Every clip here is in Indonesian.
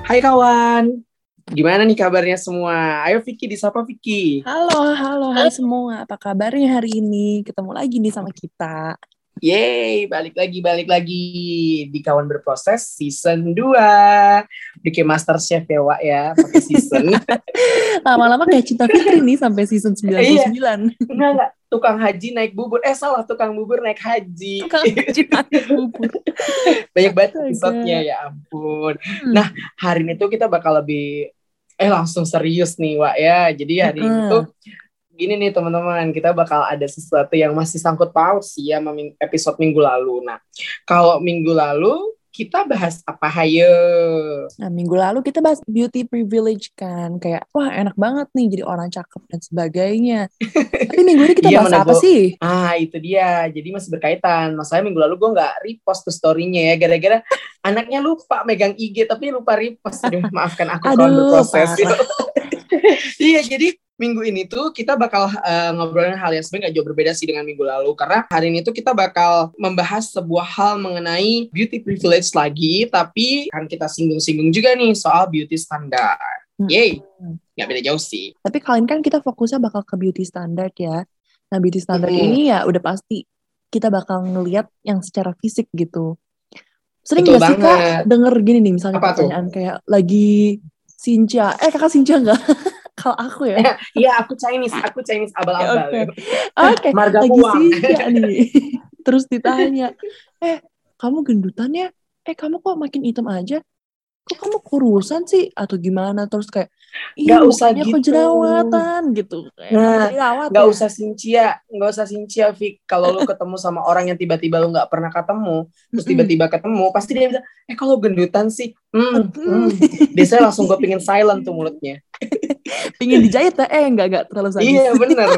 Hai kawan, gimana nih kabarnya semua? Ayo Vicky, disapa Vicky. Halo, hai semua. Apa kabarnya hari ini? Ketemu lagi nih sama kita. Yeay, balik lagi di Kawan Berproses season 2. Bikin MasterChef ya, Wak ya, pakai season. Lama-lama kayak Cinta Fitri nih sampai season Iya, 99. enggak. Tukang haji naik bubur. Salah, tukang bubur naik haji. Tukang naik bubur. Banyak banget episode-nya, Astaga. ya ampun. Nah, hari ini tuh kita bakal lebih langsung serius nih, Wak ya. Jadi hari ini tuh gini nih teman-teman, kita bakal ada sesuatu yang masih sangkut paut sih ya sama episode minggu lalu. Nah, kalau minggu lalu kita bahas apa, hayo? Nah, minggu lalu kita bahas beauty privilege kan. Kayak, wah enak banget nih jadi orang cakep dan sebagainya. Tapi minggu ini kita Iya, bahas mana apa gue? sih? Itu dia. Jadi masih berkaitan. Masalahnya minggu lalu gue nggak repost tuh story-nya ya, gara-gara anaknya lupa megang IG tapi lupa repost. Aduh, maafkan aku kawan Aduh, berproses. parah. Iya, jadi minggu ini tuh kita bakal ngobrolin hal yang sebenarnya gak jauh berbeda sih dengan minggu lalu. Karena hari ini tuh kita bakal membahas sebuah hal mengenai beauty privilege lagi, tapi kan kita singgung-singgung juga nih soal beauty standar. Yeay, gak beda jauh sih. Tapi kali ini kan kita fokusnya bakal ke beauty standard ya. Nah, beauty standard ini ya udah pasti kita bakal ngelihat yang secara fisik gitu. Sering Betul gak sih Kak banget. denger gini nih misalnya Apa tuh? pertanyaan kayak lagi Sinja, Kakak Sinja gak? Kalau aku ya. Iya, aku Chinese abal-abal. Oke, Marga lagi uang. Sinja nih. Terus ditanya, kamu gendutannya, kamu kok makin hitam aja? Kok kamu kurusan sih? Atau gimana? Terus kayak, iya Gak usah mukanya kok gitu. jerawatan gitu. Kayak kamu Nah, jerawat nggak ya? usah sincia, Vic. Kalau lu ketemu sama orang yang tiba-tiba lu nggak pernah ketemu, terus tiba-tiba ketemu, pasti dia bilang, kalau gendutan sih, biasanya langsung gue pingin silent tuh mulutnya. Pingin dijahit ya? Enggak terlalu sadis. Iya, bener.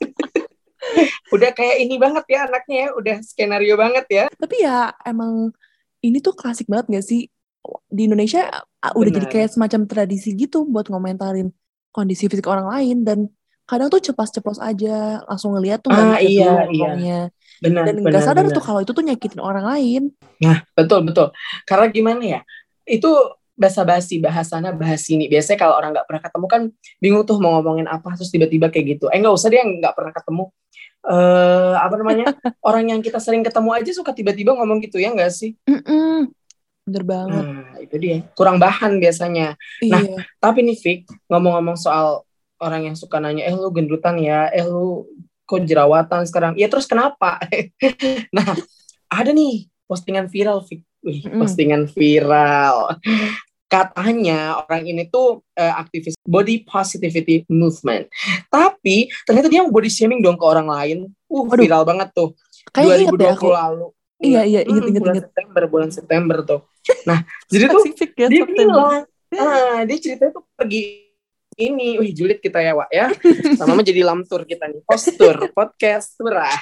Udah kayak ini banget ya anaknya ya, udah skenario banget ya. Tapi ya emang ini tuh klasik banget gak sih? Di Indonesia udah jadi kayak semacam tradisi gitu buat ngomentarin kondisi fisik orang lain, dan kadang tuh ceplos-ceplos aja langsung ngeliat tuh gak mikir dulu ngomongnya. Benar, Dan gak sadar tuh kalau itu tuh nyakitin orang lain. Nah, betul. Karena gimana ya, itu basa-basi, bahasana bahas ini. Biasanya kalau orang nggak pernah ketemu kan bingung tuh mau ngomongin apa, terus tiba-tiba kayak gitu. Nggak usah dia nggak pernah ketemu. Apa namanya, orang yang kita sering ketemu aja suka tiba-tiba ngomong gitu ya nggak sih? Bener banget. Nah, itu dia. Kurang bahan biasanya. Iya. Nah, tapi nih Vic, ngomong-ngomong soal orang yang suka nanya, lu gendutan ya, lu kok jerawatan sekarang? Ya terus kenapa? Nah, ada nih postingan viral, Vic. Postingan viral. Katanya orang ini tuh aktivis body positivity movement. Tapi ternyata dia mau body shaming dong ke orang lain. Viral banget tuh. Kayak 2020 lalu. Iya, inget. Bulan September tuh. Nah, jadi tuh dia bilang, dia ceritanya tuh pergi ini, julid kita ya, Wak ya. Sama jadi lamtur kita nih, podcast surah.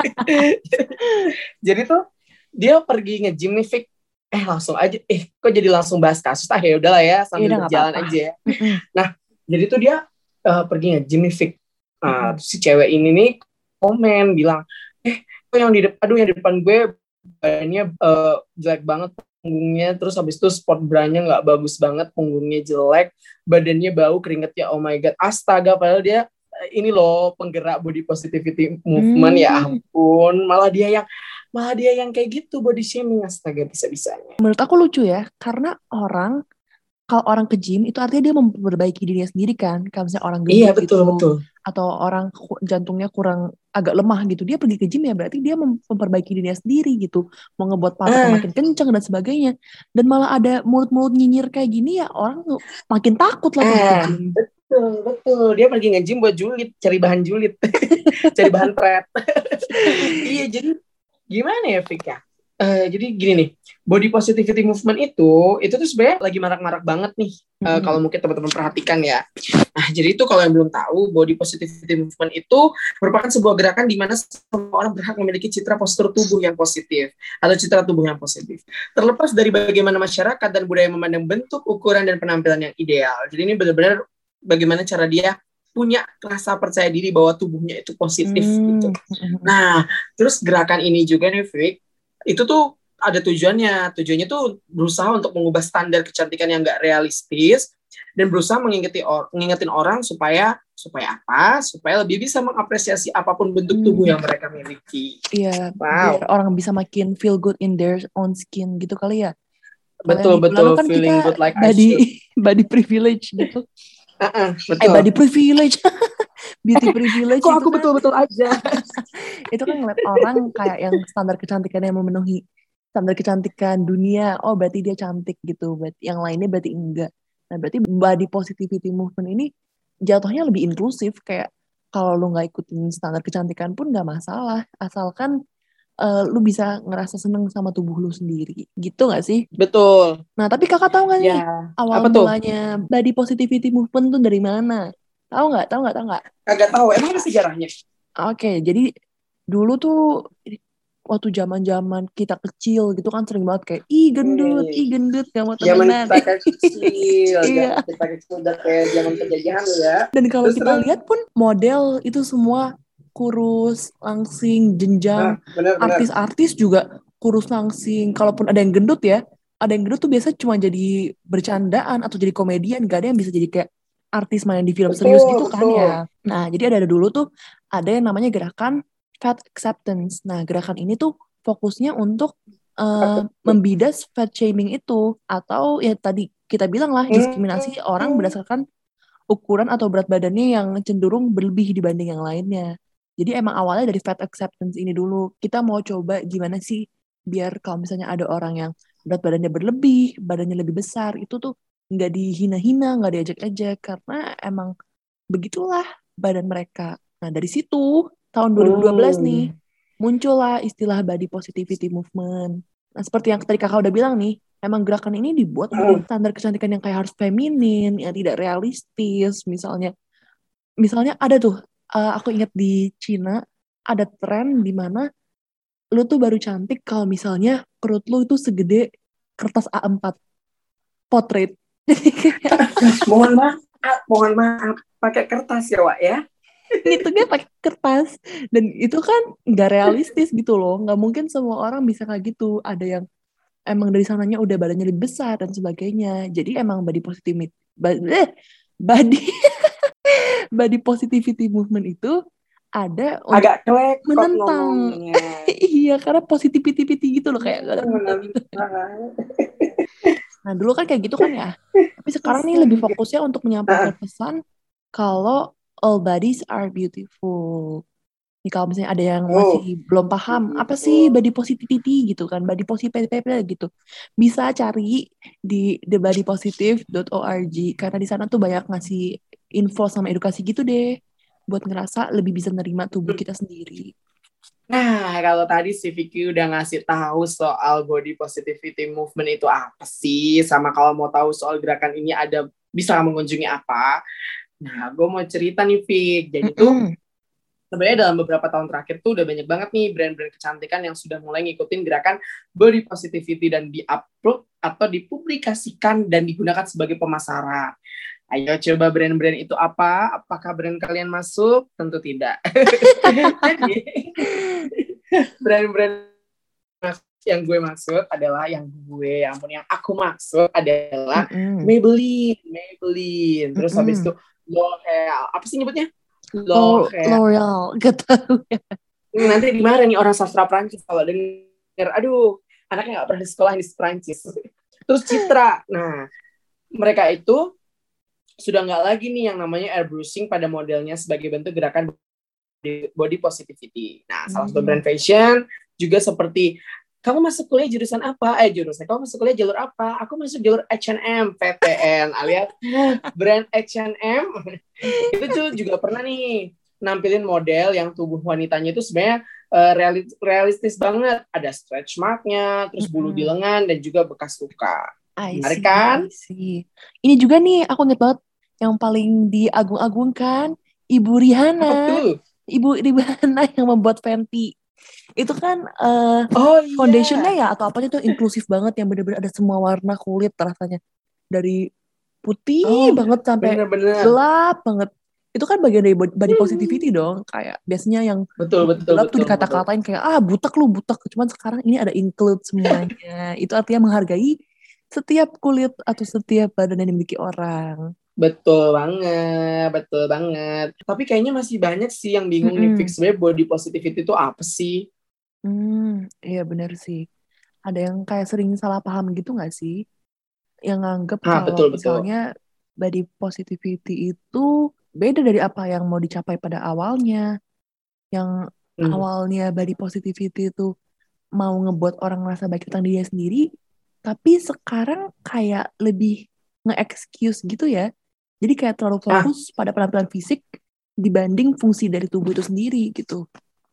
Jadi tuh dia pergi nge-gym nih, Vic. Langsung aja, kok jadi langsung bahas kasus? Ya udahlah ya, sambil berjalan aja ya. Nah, jadi tuh dia pergi nge-gym nih, Vic. Si cewek ini nih komen bilang, kok yang di depan gue badannya jelek banget punggungnya, terus habis itu sport bra-nya nggak bagus banget, punggungnya jelek, badannya bau, keringetnya, oh my god, astaga, padahal dia ini loh penggerak body positivity movement, ya ampun, malah dia yang kayak gitu body shaming, astaga, bisa-bisanya. Menurut aku lucu ya, karena kalau orang ke gym itu artinya dia memperbaiki dirinya sendiri kan. Kalau misalnya orang gendut betul. Atau orang jantungnya kurang agak lemah gitu, dia pergi ke gym ya berarti dia memperbaiki dirinya sendiri gitu, mau ngebuat patoknya makin kenceng dan sebagainya. Dan malah ada mulut-mulut nyinyir kayak gini ya, orang makin takut lah pergi ke gym. Betul, dia pergi nge-gym buat julid, cari bahan julid. Cari bahan thread. Iya, jadi gimana ya, Fik ya? Jadi gini nih, body positivity movement itu tuh sebenarnya lagi marak-marak banget nih, kalau mungkin teman-teman perhatikan ya. Nah, jadi itu kalau yang belum tahu, body positivity movement itu merupakan sebuah gerakan di mana semua orang berhak memiliki citra postur tubuh yang positif atau citra tubuh yang positif. Terlepas dari bagaimana masyarakat dan budaya memandang bentuk, ukuran, dan penampilan yang ideal. Jadi ini benar-benar bagaimana cara dia punya rasa percaya diri bahwa tubuhnya itu positif gitu. Nah, terus gerakan ini juga nih, Vic, itu tuh ada tujuannya. Tujuannya tuh berusaha untuk mengubah standar kecantikan yang nggak realistis dan berusaha mengingetin orang supaya apa? Supaya lebih bisa mengapresiasi apapun bentuk tubuh yang mereka miliki. Iya, Wow. biar orang bisa makin feel good in their own skin gitu kali ya. Betul, Lalu kan feeling kita good like I should. body privilege gitu. Betul. Body privilege. Beauty privilege Kok itu aku kan. betul-betul aja. Itu kan ngeliat orang kayak yang standar kecantikan yang memenuhi standar kecantikan dunia. Oh berarti dia cantik gitu. Berarti yang lainnya berarti enggak. Nah berarti body positivity movement ini jatuhnya lebih inklusif. Kayak kalau lu gak ikutin standar kecantikan pun gak masalah. Asalkan lu bisa ngerasa seneng sama tubuh lu sendiri. Gitu gak sih? Betul. Nah tapi kakak tahu gak nih awal mulanya body positivity movement tuh dari mana? Tahu nggak? Kagak tahu. Emang ada sejarahnya? Oke, jadi dulu tuh waktu zaman kita kecil gitu kan sering banget kayak ih gendut gak mau temenan. Zaman kita kecil, Iya. zaman kita kecil udah kayak zaman penjajahan ya. Dan kalau kita lihat pun model itu semua kurus, langsing, jenjang. Artis-artis juga kurus, langsing. Kalaupun ada yang gendut ya, ada yang gendut tuh biasa cuma jadi bercandaan atau jadi komedian, gak ada yang bisa jadi kayak artis main di film serius gitu kan ya. Nah, jadi ada dulu tuh ada yang namanya gerakan fat acceptance. Nah, gerakan ini tuh fokusnya untuk membidas fat shaming itu atau ya tadi kita bilang lah diskriminasi orang berdasarkan ukuran atau berat badannya yang cenderung berlebih dibanding yang lainnya. Jadi emang awalnya dari fat acceptance ini dulu. Kita mau coba gimana sih biar kalau misalnya ada orang yang berat badannya berlebih, badannya lebih besar, itu tuh nggak dihina-hina, nggak diejek-ejek, karena emang begitulah badan mereka. Nah dari situ, tahun 2012 nih, muncullah istilah body positivity movement. Nah seperti yang tadi kakak udah bilang nih, emang gerakan ini dibuat untuk standar kecantikan yang kayak harus feminin, yang tidak realistis. Misalnya ada tuh, aku ingat di Cina, ada tren di mana lu tuh baru cantik kalau misalnya perut lu itu segede kertas A4 portrait. mohon maaf, pakai kertas ya, Wak ya. Ngitungnya pakai kertas, dan itu kan nggak realistis gitu loh. Nggak mungkin semua orang bisa kayak gitu. Ada yang emang dari sananya udah badannya lebih besar dan sebagainya. Jadi emang body positivity body positivity movement itu ada untuk agak kelek menentang. Iya, karena positivity gitu loh kayak gitu. Nah dulu kan kayak gitu kan ya. Tapi sekarang nih lebih fokusnya untuk menyampaikan pesan kalau all bodies are beautiful. Nih kalau misalnya ada yang masih belum paham apa sih body positivity gitu kan, body positivity gitu, bisa cari di thebodypositive.org karena di sana tuh banyak ngasih info sama edukasi gitu deh, buat ngerasa lebih bisa nerima tubuh kita sendiri. Nah, kalau tadi si Vicky udah ngasih tahu soal body positivity movement itu apa sih, sama kalau mau tahu soal gerakan ini ada bisa mengunjungi apa. Nah, gue mau cerita nih, Vicky. Jadi tuh sebenarnya dalam beberapa tahun terakhir tuh udah banyak banget nih brand-brand kecantikan yang sudah mulai ngikutin gerakan body positivity dan di-upload atau dipublikasikan dan digunakan sebagai pemasaran. Ayo coba brand-brand itu apa? Apakah brand kalian masuk? Tentu tidak. Jadi brand-brand yang gue maksud adalah yang aku maksud adalah Maybelline. Terus habis itu L'Oreal. Apa sih nyebutnya? L'Oreal, gak tahu ya. Nanti gimana nih orang sastra Prancis kalau denger, aduh, anaknya gak pernah di sekolah di Prancis. Terus Citra. Nah, mereka itu sudah nggak lagi nih yang namanya airbrushing pada modelnya sebagai bentuk gerakan body positivity. Nah, salah satu brand fashion juga seperti, kamu masuk kuliah jurusan apa? Kamu masuk kuliah jalur apa? Aku masuk jalur H&M, PTN, alias brand H&M. Itu tuh juga pernah nih nampilin model yang tubuh wanitanya itu sebenarnya realistis banget. Ada stretch marknya, terus bulu di lengan, dan juga bekas luka. Menarik kan? Ini juga nih, aku inget banget yang paling diagung-agungkan, Ibu Rihanna. Ibu Rihanna yang membuat Fenty. Itu kan foundationnya ya, atau apa itu inklusif banget, yang bener-bener ada semua warna kulit rasanya. Dari putih banget sampai gelap banget. itu kan bagian dari body positivity dong. Kayak biasanya yang Betul, betul, gelap tuh betul, betul. dikata-katain kayak butek lu butek. Cuman sekarang ini ada include semuanya. Itu artinya menghargai setiap kulit atau setiap badan yang dimiliki orang. Betul banget, betul banget. Tapi kayaknya masih banyak sih yang bingung nih, fix sebenarnya body positivity itu apa sih? Iya benar sih. Ada yang kayak sering salah paham gitu nggak sih? Yang nganggep Ah, kalau betul, betul. misalnya body positivity itu beda dari apa yang mau dicapai pada awalnya. Yang Hmm. awalnya body positivity itu mau ngebuat orang merasa baik tentang dirinya sendiri, tapi sekarang kayak lebih nge-excuse gitu ya. Jadi kayak terlalu Ah, fokus pada penampilan fisik dibanding fungsi dari tubuh itu sendiri gitu.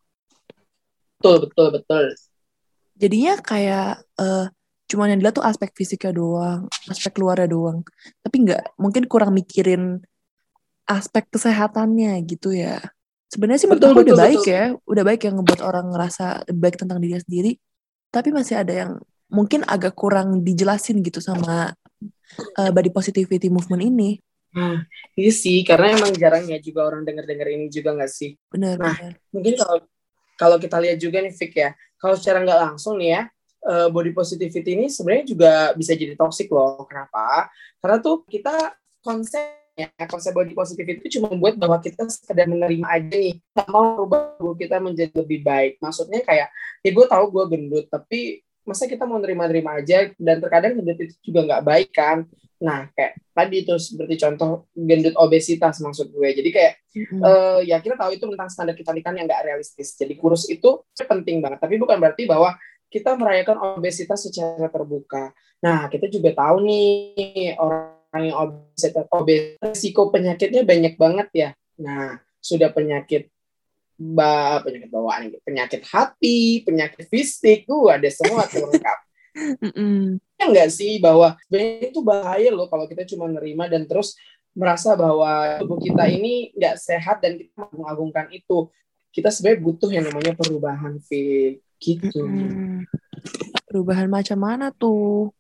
betul, betul, betul. Jadinya kayak cuman yang dilihat tuh aspek fisiknya doang, aspek luarnya doang. Tapi nggak, mungkin kurang mikirin aspek kesehatannya gitu ya. Sebenarnya sih menurut Betul, aku betul, betul. udah baik yang ngebuat orang ngerasa baik tentang dirinya sendiri. Tapi masih ada yang mungkin agak kurang dijelasin gitu sama body positivity movement ini. Nah, iya sih, karena emang jarang ya juga orang denger-denger ini juga nggak sih? Nah, Benar-benar. mungkin kalau kalau kita lihat juga nih, Fik ya, kalau secara nggak langsung nih ya, body positivity ini sebenarnya juga bisa jadi toxic loh. Kenapa? Karena tuh kita konsep body positivity itu cuma membuat bahwa kita sekedar menerima aja nih, nggak mau merubah tubuh kita menjadi lebih baik. Maksudnya kayak, ya gue tahu gue gendut, tapi masa kita mau nerima-nerima aja, dan terkadang gendut itu juga nggak baik kan. Nah, kayak tadi itu seperti contoh gendut obesitas maksud gue. Jadi kayak ya kita tahu itu tentang standar kecantikan yang nggak realistis. Jadi kurus itu penting banget, tapi bukan berarti bahwa kita merayakan obesitas secara terbuka. Nah, kita juga tahu nih orang yang obesitas risiko penyakitnya banyak banget ya. Nah, sudah penyakit bawaan, penyakit hati, penyakit fisik, ada semua tuh lengkap. Ya enggak sih bahwa sebenarnya itu bahaya loh kalau kita cuma nerima dan terus merasa bahwa tubuh kita ini nggak sehat dan kita mengagungkan itu. Kita sebenarnya butuh yang namanya perubahan, Fit. Gitu. Perubahan macam mana tuh?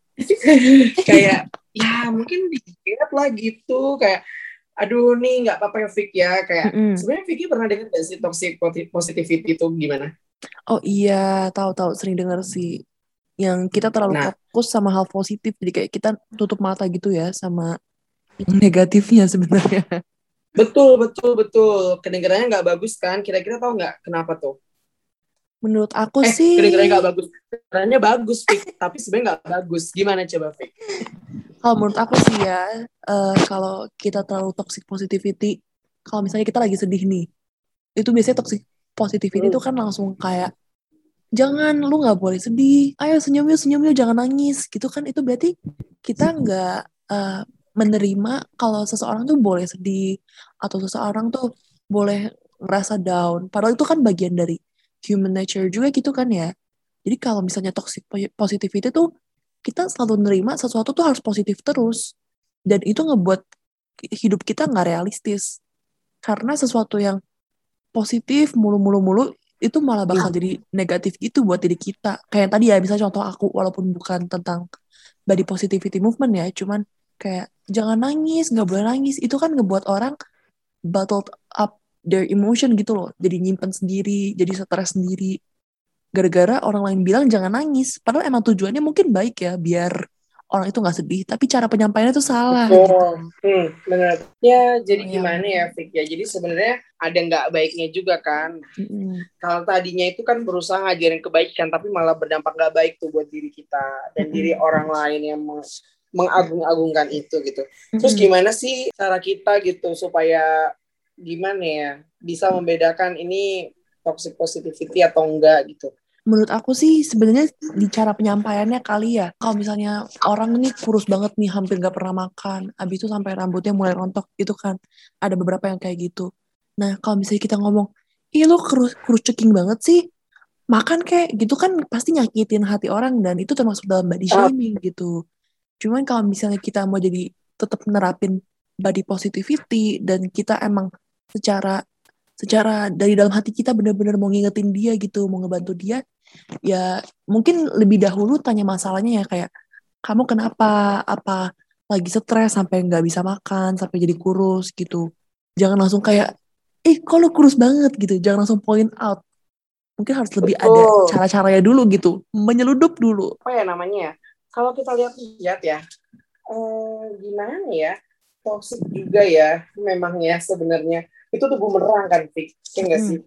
Kayak ya mungkin dikit lah gitu, kayak aduh nih nggak apa-apa ya, Fik ya, kayak sebenarnya Vicky pernah dengar nggak sih toxic positivity itu gimana? Oh iya, tahu-tahu sering dengar sih. Yang kita terlalu Nah, fokus sama hal positif, jadi kayak kita tutup mata gitu ya sama yang negatifnya sebenarnya. betul, betul, betul. Kedengarannya nggak bagus kan? Kira-kira tahu nggak kenapa tuh? Menurut aku sih, Kedengarannya nggak bagus. Kedengarannya bagus, Fik. Tapi sebenarnya nggak bagus. Gimana coba, Fik? kalau menurut aku sih ya, kalau kita terlalu toxic positivity, kalau misalnya kita lagi sedih nih, itu biasanya toxic positivity itu kan langsung kayak, jangan, lu nggak boleh sedih, ayo senyum yuk, jangan nangis, gitu kan. Itu berarti kita nggak menerima kalau seseorang tuh boleh sedih, atau seseorang tuh boleh ngerasa down. Padahal itu kan bagian dari human nature juga gitu kan ya. Jadi kalau misalnya toxic positivity tuh, kita selalu nerima sesuatu tuh harus positif terus. Dan itu ngebuat hidup kita nggak realistis. Karena sesuatu yang positif mulu itu malah bakal jadi negatif gitu buat diri kita. Kayak tadi ya, misalnya contoh aku, walaupun bukan tentang body positivity movement ya, cuman kayak jangan nangis, nggak boleh nangis. Itu kan ngebuat orang bottled up their emotion gitu loh. Jadi nyimpen sendiri, jadi stres sendiri. Gara-gara orang lain bilang jangan nangis. Padahal emang tujuannya mungkin baik ya, biar orang itu nggak sedih. Tapi cara penyampaiannya tuh salah gitu. Betul. Benar. Ya, jadi Oh, gimana yang ya, Fik ya? Jadi sebenarnya ada nggak baiknya juga kan. Kalau tadinya itu kan berusaha ngajarin kebaikan, tapi malah berdampak nggak baik tuh buat diri kita dan diri orang lain yang mengagung-agungkan itu gitu. Terus gimana sih cara kita gitu supaya gimana ya bisa membedakan ini toxic positivity atau enggak gitu? Menurut aku sih sebenarnya di cara penyampaiannya kali ya. Kalau misalnya orang nih kurus banget nih, hampir gak pernah makan, abis itu sampai rambutnya mulai rontok gitu kan. Ada beberapa yang kayak gitu. Nah, kalau misalnya kita ngomong, ih lu kurus ceking banget sih, makan kayak gitu kan pasti nyakitin hati orang, dan itu termasuk dalam body shaming gitu. Cuman kalau misalnya kita mau jadi tetap nerapin body positivity, dan kita emang secara secara dari dalam hati kita benar-benar mau ngingetin dia gitu, mau ngebantu dia, ya mungkin lebih dahulu tanya masalahnya ya, kayak kamu kenapa, apa lagi stres sampai nggak bisa makan, sampai jadi kurus gitu. Jangan langsung kayak, kok lu kurus banget gitu. Jangan langsung point out. Mungkin harus lebih ada Betul. cara-caranya dulu gitu. Menyeludup dulu. Apa ya namanya ya? Kalau kita lihat ya, gimana ya? Toxic juga ya, memang ya sebenarnya. Itu tuh bumerang kan, Fik? Ya nggak sih?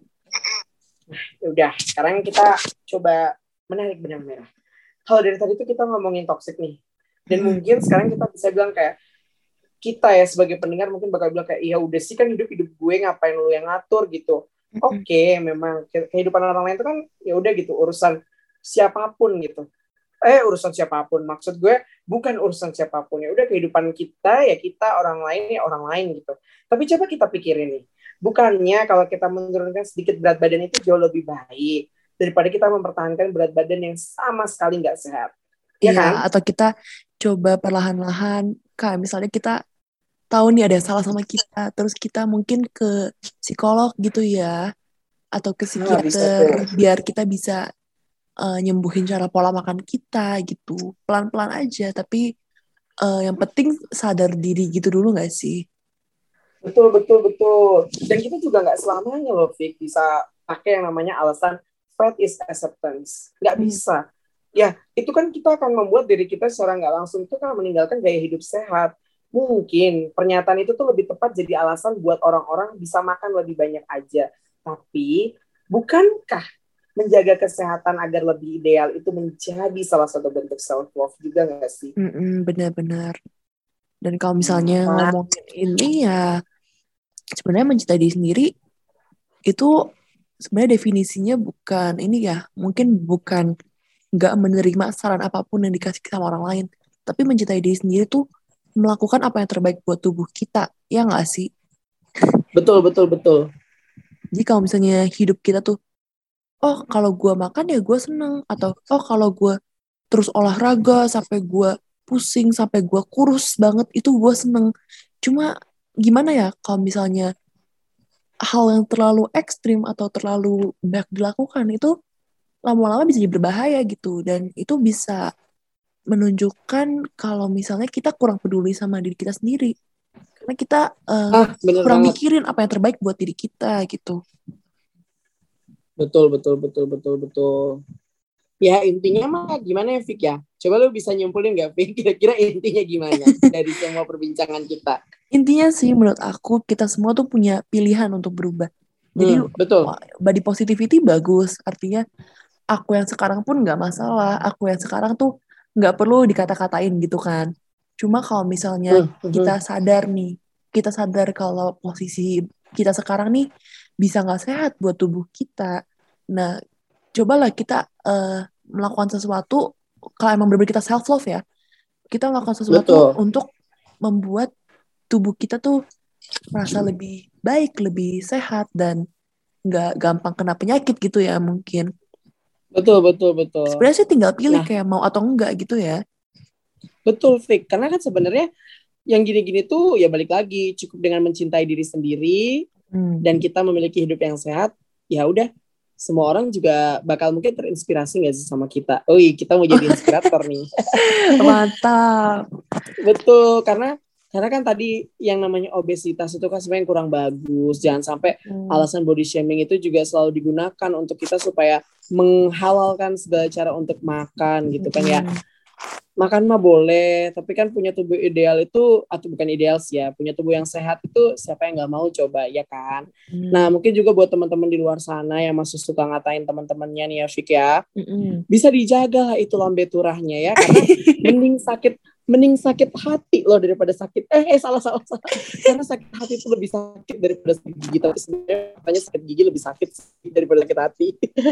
Ya udah, sekarang kita coba menarik benang merah. Kalau dari tadi tuh kita ngomongin toxic nih. Dan mungkin sekarang kita bisa bilang kayak, kita ya sebagai pendengar mungkin bakal bilang kayak, iya udah sih kan hidup gue, ngapain lu yang ngatur gitu. Oke, memang kehidupan orang lain itu kan ya udah gitu, urusan siapapun gitu. Urusan siapapun, maksud gue bukan urusan siapapun, ya udah kehidupan kita ya kita, orang lain ya orang lain gitu. Tapi coba kita pikirin nih, bukannya kalau kita menurunkan sedikit berat badan itu jauh lebih baik daripada kita mempertahankan berat badan yang sama sekali nggak sehat, ya kan? Atau kita coba perlahan-lahan, kayak misalnya kita tahu nih ada yang salah sama kita, terus kita mungkin ke psikolog gitu ya, atau ke Bisa psikiater, tuh. biar kita bisa nyembuhin cara pola makan kita gitu. Pelan-pelan aja, tapi yang penting sadar diri gitu dulu gak sih? Betul, betul, betul. Dan kita juga nggak selamanya loh, Vic, bisa pakai yang namanya alasan fat is acceptance. Nggak bisa. Ya, itu kan kita akan membuat diri kita secara nggak langsung itu kan meninggalkan gaya hidup sehat. Mungkin pernyataan itu tuh lebih tepat jadi alasan buat orang-orang bisa makan lebih banyak aja. Tapi, bukankah menjaga kesehatan agar lebih ideal itu menjadi salah satu bentuk self-love juga nggak sih? Benar-benar. Dan kalau misalnya ngomongin ini ya, sebenarnya mencintai diri sendiri itu sebenarnya definisinya bukan ini ya, mungkin bukan nggak menerima saran apapun yang dikasih sama orang lain, tapi mencintai diri sendiri tuh melakukan apa yang terbaik buat tubuh kita, ya nggak sih? Betul, betul, betul. Jadi kalau misalnya hidup kita tuh, oh kalau gue makan ya gue seneng, atau oh kalau gue terus olahraga sampai gue pusing, sampai gue kurus banget, itu gue seneng. Cuma gimana ya kalau misalnya hal yang terlalu ekstrim atau terlalu banyak dilakukan itu lama-lama bisa jadi berbahaya gitu, dan itu bisa menunjukkan kalau misalnya kita kurang peduli sama diri kita sendiri karena kita Bener kurang banget. mikirin apa yang terbaik buat diri kita gitu. Betul, betul, betul, betul, betul. Ya intinya mah gimana ya, Fik ya? Coba lu bisa nyimpulin gak, Fik? Kira-kira intinya gimana dari semua perbincangan kita? Intinya sih menurut aku kita semua tuh punya pilihan untuk berubah. Jadi Betul. body positivity bagus, artinya aku yang sekarang pun nggak masalah, aku yang sekarang tuh nggak perlu dikata-katain gitu kan. Cuma kalau misalnya kita sadar kalau posisi kita sekarang nih bisa nggak sehat buat tubuh kita. Nah, cobalah kita melakukan sesuatu, kalau emang benar-benar kita self love ya, kita melakukan sesuatu Betul. untuk membuat tubuh kita tuh merasa lebih baik, lebih sehat, dan nggak gampang kena penyakit gitu ya mungkin. Betul, betul, betul. Sebenarnya sih tinggal pilih Nah, kayak mau atau enggak gitu ya. betul, Fik. Karena kan sebenarnya yang gini-gini tuh ya balik lagi, cukup dengan mencintai diri sendiri dan kita memiliki hidup yang sehat, ya udah semua orang juga bakal mungkin terinspirasi nggak sih sama kita. Oh iya, kita mau jadi inspirator nih. Mantap. Betul, karena kan tadi yang namanya obesitas itu kan sebenarnya kurang bagus. Jangan sampai alasan body shaming itu juga selalu digunakan untuk kita supaya menghalalkan segala cara untuk makan gitu kan ya. Makan mah boleh, tapi kan punya tubuh ideal itu, atau bukan ideal sih ya, punya tubuh yang sehat itu siapa yang nggak mau coba, ya kan? Nah, mungkin juga buat teman-teman di luar sana yang masih suka ngatain teman-temannya nih ya, Fik ya, bisa dijaga lah itu lambe turahnya ya, karena mending sakit hati loh daripada sakit, salah. Karena sakit hati itu lebih sakit daripada sakit gigi, tapi sebenarnya katanya sakit gigi lebih sakit daripada sakit hati.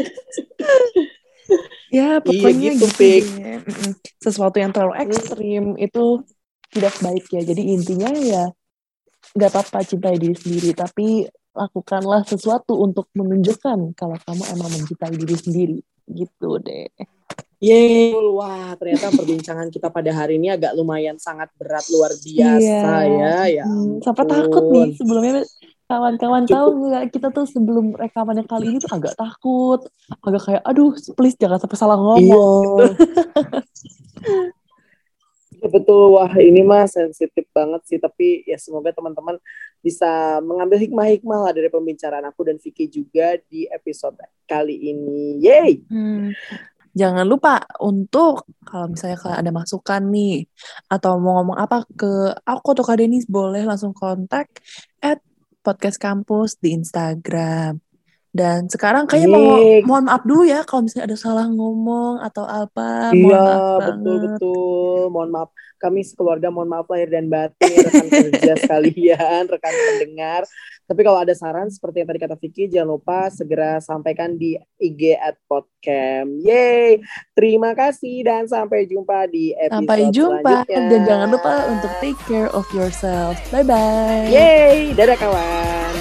Ya pokoknya gitu, gitu deh. Sesuatu yang terlalu ekstrim itu tidak baik ya. Jadi intinya ya gak apa-apa cintai diri sendiri, tapi lakukanlah sesuatu untuk menunjukkan kalau kamu emang mencintai diri sendiri. Gitu deh. Yeay, wah ternyata perbincangan kita pada hari ini agak lumayan sangat berat, luar biasa ya sampai takut nih sebelumnya. Kawan-kawan tahu nggak, kita tuh sebelum rekaman yang kali ini tuh agak takut, agak kayak aduh please jangan sampai salah ngomong. Iya. Gitu. Betul, wah ini mah sensitif banget sih, tapi ya semoga teman-teman bisa mengambil hikmah-hikmah lah dari pembicaraan aku dan Vicky juga di episode kali ini. Yeay! Jangan lupa untuk kalau misalnya kalian ada masukan nih atau mau ngomong apa ke aku atau Kak Denis, boleh langsung kontak @podcast kampus di Instagram. Dan sekarang kayaknya mohon maaf dulu ya kalau misalnya ada salah ngomong atau apa. Iya, Mohon maaf banget. betul. Mohon maaf. Kami sekeluarga mohon maaf lahir dan batin, rekan kerja sekalian, rekan pendengar. Tapi kalau ada saran seperti yang tadi kata Vicky, jangan lupa segera sampaikan di IG @podcam. Yeay! Terima kasih dan sampai jumpa di episode selanjutnya. Dan jangan lupa untuk take care of yourself. Bye-bye. Yeay! Dadah kawan.